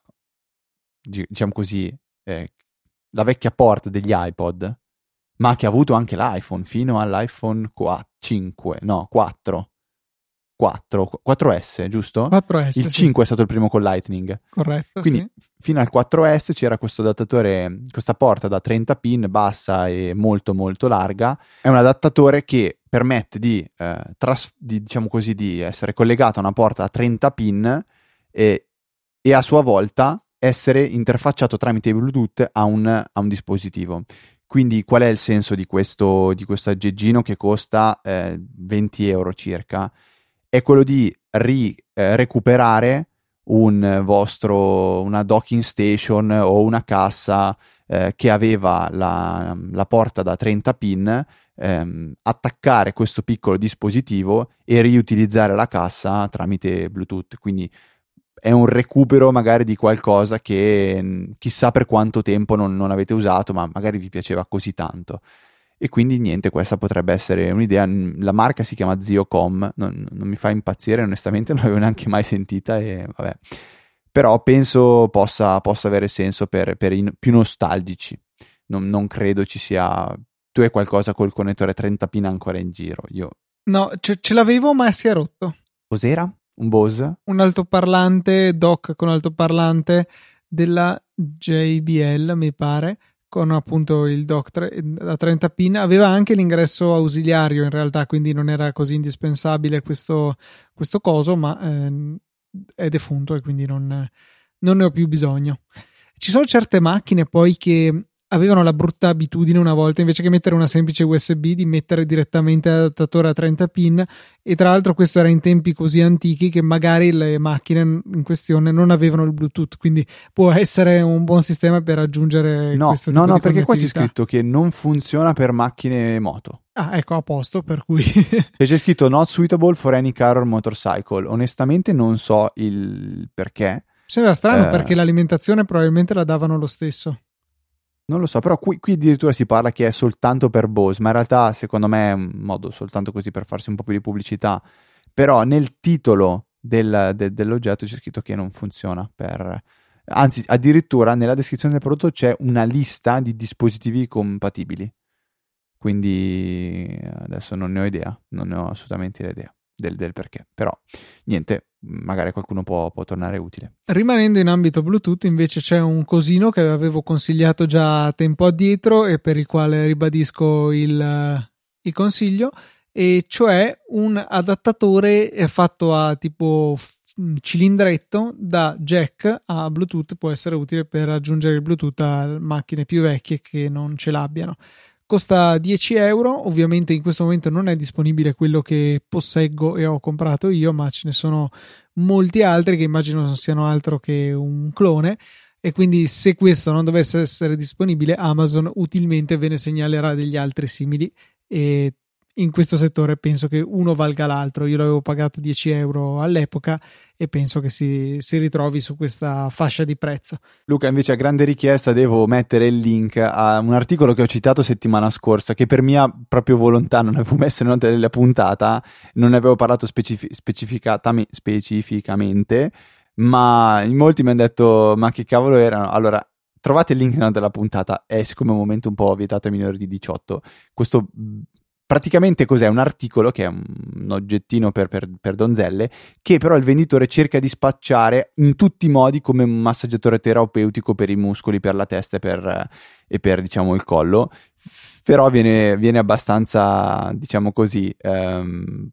diciamo così, eh, la vecchia porta degli iPod, ma che ha avuto anche l'iPhone fino all'iPhone cinque, no, quattro. quattro, quattro S, giusto? quattro S, il sì. cinque è stato il primo con Lightning. Corretto, quindi sì. Fino al quattro S c'era questo adattatore, questa porta da trenta pin, bassa e molto molto larga. È un adattatore che permette di, eh, tras- di diciamo così, di essere collegato a una porta a trenta pin e, e a sua volta essere interfacciato tramite Bluetooth a un, a un dispositivo. Quindi qual è il senso di questo, di questo aggeggino che costa eh, venti euro circa? È quello di ri, eh, recuperare un vostro, una docking station o una cassa eh, che aveva la, la porta da trenta pin, ehm, attaccare questo piccolo dispositivo e riutilizzare la cassa tramite Bluetooth. Quindi è un recupero magari di qualcosa che chissà per quanto tempo non, non avete usato, ma magari vi piaceva così tanto. E quindi niente, questa potrebbe essere un'idea. La marca si chiama Ziocom, non, non mi fa impazzire onestamente, non l'avevo neanche mai sentita e vabbè. Però penso possa, possa avere senso per, per i più nostalgici. Non, non credo ci sia... Tu hai qualcosa col connettore trenta pin ancora in giro? Io... No, ce, ce l'avevo ma si è rotto. Cos'era? Un Bose? Un altoparlante dock con altoparlante della J B L, mi pare, con appunto il dock da trenta pin. Aveva anche l'ingresso ausiliario in realtà, quindi non era così indispensabile questo, questo coso, ma eh, è defunto e quindi non, non ne ho più bisogno. Ci sono certe macchine poi che avevano la brutta abitudine una volta, invece che mettere una semplice U S B, di mettere direttamente adattatore a trenta pin, e tra l'altro questo era in tempi così antichi che magari le macchine in questione non avevano il Bluetooth, quindi può essere un buon sistema per aggiungere no, questo no, tipo no, di perché qua c'è connettività. scritto che non funziona per macchine moto. Ah, ecco, a posto, per cui E c'è scritto not suitable for any car or motorcycle. Onestamente non so il perché. sembra strano, Eh, perché l'alimentazione probabilmente la davano lo stesso. Non lo so, però qui, qui addirittura si parla che è soltanto per Bose, ma in realtà secondo me è un modo soltanto così per farsi un po' più di pubblicità. Però nel titolo del, de- dell'oggetto c'è scritto che non funziona per... Anzi, addirittura nella descrizione del prodotto c'è una lista di dispositivi compatibili. Quindi adesso non ne ho idea, non ne ho assolutamente idea del, del perché. Però niente, magari qualcuno può, può tornare utile. Rimanendo in ambito Bluetooth, invece, c'è un cosino che avevo consigliato già tempo addietro e per il quale ribadisco il, il consiglio, e cioè un adattatore fatto a tipo cilindretto da jack a Bluetooth. Può essere utile per aggiungere il Bluetooth a macchine più vecchie che non ce l'abbiano. Costa dieci euro, ovviamente in questo momento non è disponibile quello che posseggo e ho comprato io, ma ce ne sono molti altri che immagino non siano altro che un clone, e quindi se questo non dovesse essere disponibile, Amazon utilmente ve ne segnalerà degli altri simili, e in questo settore penso che uno valga l'altro. Io l'avevo pagato dieci euro all'epoca e penso che si, si ritrovi su questa fascia di prezzo. Luca, invece, a grande richiesta devo mettere il link a un articolo che ho citato settimana scorsa, che per mia proprio volontà non avevo messo in nota della puntata, non ne avevo parlato specific- specificatamente, specificamente, ma in molti mi hanno detto ma che cavolo erano. Allora, trovate il link in nota della puntata, è siccome è un momento un po' vietato ai minori di diciotto. Questo praticamente cos'è? Un articolo che è un oggettino per, per, per donzelle, che però il venditore cerca di spacciare in tutti i modi come un massaggiatore terapeutico per i muscoli, per la testa e per, e per diciamo il collo, però viene, viene abbastanza, diciamo così, ehm,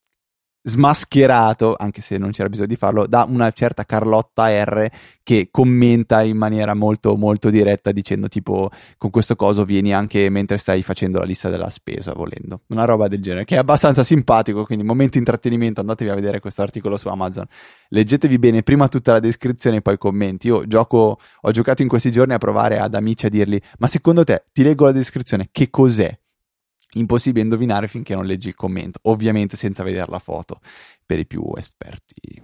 smascherato, anche se non c'era bisogno di farlo, da una certa Carlotta R che commenta in maniera molto molto diretta dicendo tipo con questo coso vieni anche mentre stai facendo la lista della spesa, volendo, una roba del genere, che è abbastanza simpatico. Quindi momento intrattenimento, andatevi a vedere questo articolo su Amazon, leggetevi bene prima tutta la descrizione e poi commenti. Io gioco, ho giocato in questi giorni a provare ad amici a dirgli ma secondo te, ti leggo la descrizione, che cos'è? Impossibile indovinare finché non leggi il commento, ovviamente senza vedere la foto per i più esperti.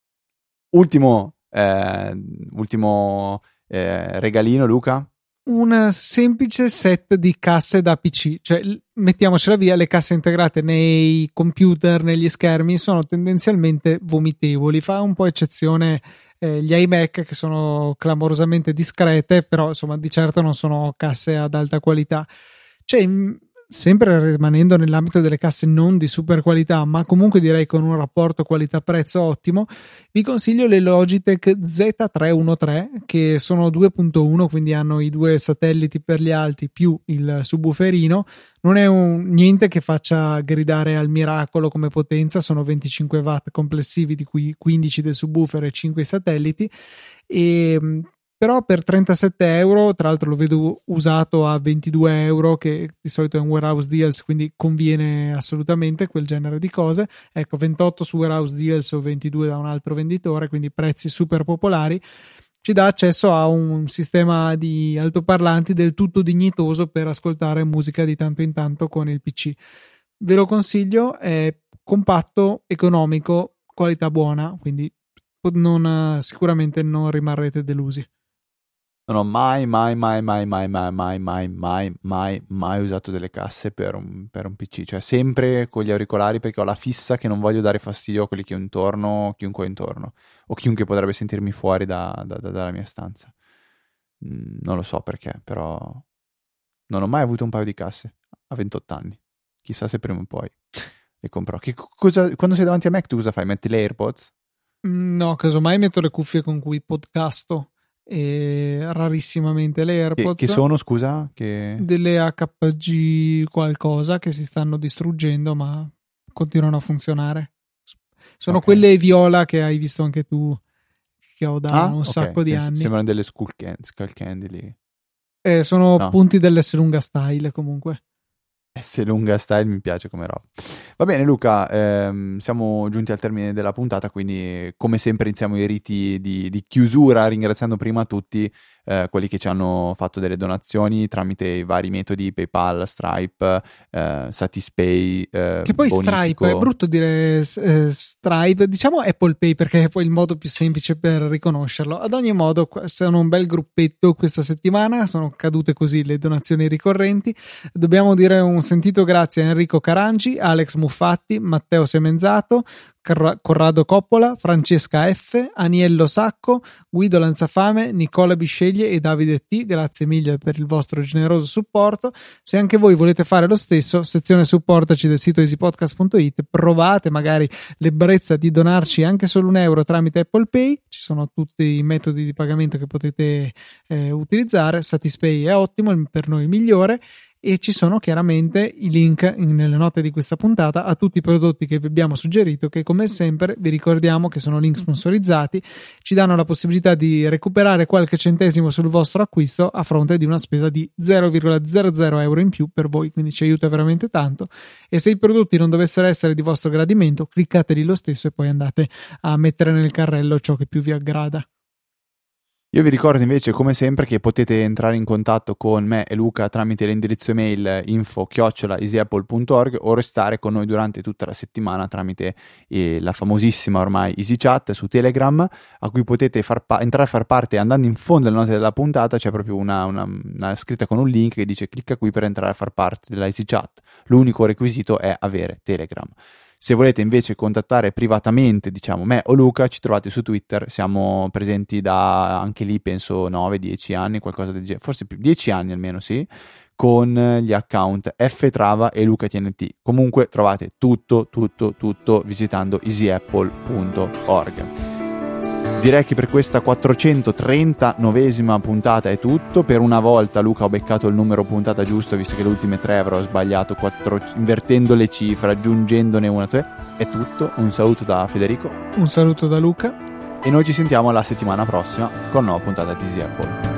Ultimo, eh, ultimo eh, regalino, Luca. Un semplice set di casse da P C, cioè mettiamocela via, le casse integrate nei computer, negli schermi sono tendenzialmente vomitevoli. Fa un po' eccezione eh, gli iMac, che sono clamorosamente discrete, però insomma di certo non sono casse ad alta qualità. Cioè, sempre rimanendo nell'ambito delle casse non di super qualità, ma comunque direi con un rapporto qualità-prezzo ottimo, vi consiglio le Logitech Z trecentotredici, che sono due punto uno, quindi hanno i due satelliti per gli alti più il subwooferino. Non è un, niente che faccia gridare al miracolo come potenza, sono venticinque watt complessivi, di cui quindici del subwoofer e cinque satelliti, e però per trentasette euro, tra l'altro lo vedo usato a ventidue euro, che di solito è un warehouse deals, quindi conviene assolutamente quel genere di cose. Ecco, ventotto su warehouse deals o ventidue da un altro venditore, quindi prezzi super popolari. Ci dà accesso a un sistema di altoparlanti del tutto dignitoso per ascoltare musica di tanto in tanto con il P C. Ve lo consiglio, è compatto, economico, qualità buona, quindi non, sicuramente non rimarrete delusi. Non ho mai, mai, mai, mai, mai, mai, mai, mai, mai, mai, mai usato delle casse per un, per un P C. Cioè sempre con gli auricolari, perché ho la fissa che non voglio dare fastidio a quelli che ho intorno, chiunque ho intorno, o chiunque potrebbe sentirmi fuori da, da, da, dalla mia stanza. Mm, non lo so perché, però non ho mai avuto un paio di casse a ventotto anni. Chissà se prima o poi le comprò. Che cosa, quando sei davanti a Mac tu cosa fai? Metti le AirPods? No, casomai metto le cuffie con cui podcasto, e rarissimamente le AirPods. Che, che sono, scusa? Che... Delle H G qualcosa che si stanno distruggendo, ma continuano a funzionare. Sono okay. Quelle viola che hai visto anche tu, che ho da ah, un okay. sacco di Sem- anni. Sembrano delle Skull Candy, Skull Candy lì. Eh, sono no. punti dell'S lunga style comunque. S lunga style mi piace come roba. Va bene Luca, ehm, siamo giunti al termine della puntata, quindi come sempre iniziamo i riti di, di chiusura ringraziando prima tutti eh, quelli che ci hanno fatto delle donazioni tramite i vari metodi PayPal, Stripe, eh, Satispay, eh, che poi Bonifico. Stripe, è brutto dire eh, Stripe, diciamo Apple Pay perché è poi il modo più semplice per riconoscerlo. Ad ogni modo sono un bel gruppetto questa settimana, sono cadute così le donazioni ricorrenti. Dobbiamo dire un sentito grazie a Enrico Carangi, Alex Muffatti, Matteo Semenzato, Corrado Coppola, Francesca F, Aniello Sacco, Guido Lanzafame, Nicola Bisceglie e Davide T. Grazie mille per il vostro generoso supporto. Se anche voi volete fare lo stesso, sezione supportaci del sito easypodcast punto it, provate magari l'ebbrezza di donarci anche solo un euro tramite Apple Pay, ci sono tutti i metodi di pagamento che potete eh, utilizzare. Satispay è ottimo, per noi il migliore. E ci sono chiaramente i link in, nelle note di questa puntata a tutti i prodotti che vi abbiamo suggerito, che come sempre vi ricordiamo che sono link sponsorizzati, ci danno la possibilità di recuperare qualche centesimo sul vostro acquisto a fronte di una spesa di zero virgola zero zero euro in più per voi, quindi ci aiuta veramente tanto. E se i prodotti non dovessero essere di vostro gradimento, cliccateli lo stesso e poi andate a mettere nel carrello ciò che più vi aggrada. Io vi ricordo invece come sempre che potete entrare in contatto con me e Luca tramite l'indirizzo email info chiocciola easyapple punto org o restare con noi durante tutta la settimana tramite eh, la famosissima ormai EasyChat su Telegram, a cui potete far pa- entrare a far parte andando in fondo alle note della puntata. C'è proprio una, una, una scritta con un link che dice clicca qui per entrare a far parte della EasyChat. L'unico requisito è avere Telegram. Se volete invece contattare privatamente, diciamo, me o Luca, ci trovate su Twitter, siamo presenti da anche lì penso nove dieci anni, qualcosa del genere, forse più, dieci anni almeno, sì, con gli account Ftrava e LucaTNT. Comunque trovate tutto, tutto, tutto visitando easyapple punto org. Direi che per questa quattrocentotrentannovesima puntata è tutto. Per una volta Luca ho beccato il numero puntata giusto, visto che le ultime tre avrò sbagliato quattro, invertendo le cifre, aggiungendone una. È tutto, un saluto da Federico, un saluto da Luca e noi ci sentiamo la settimana prossima con una nuova puntata di Easy Apple.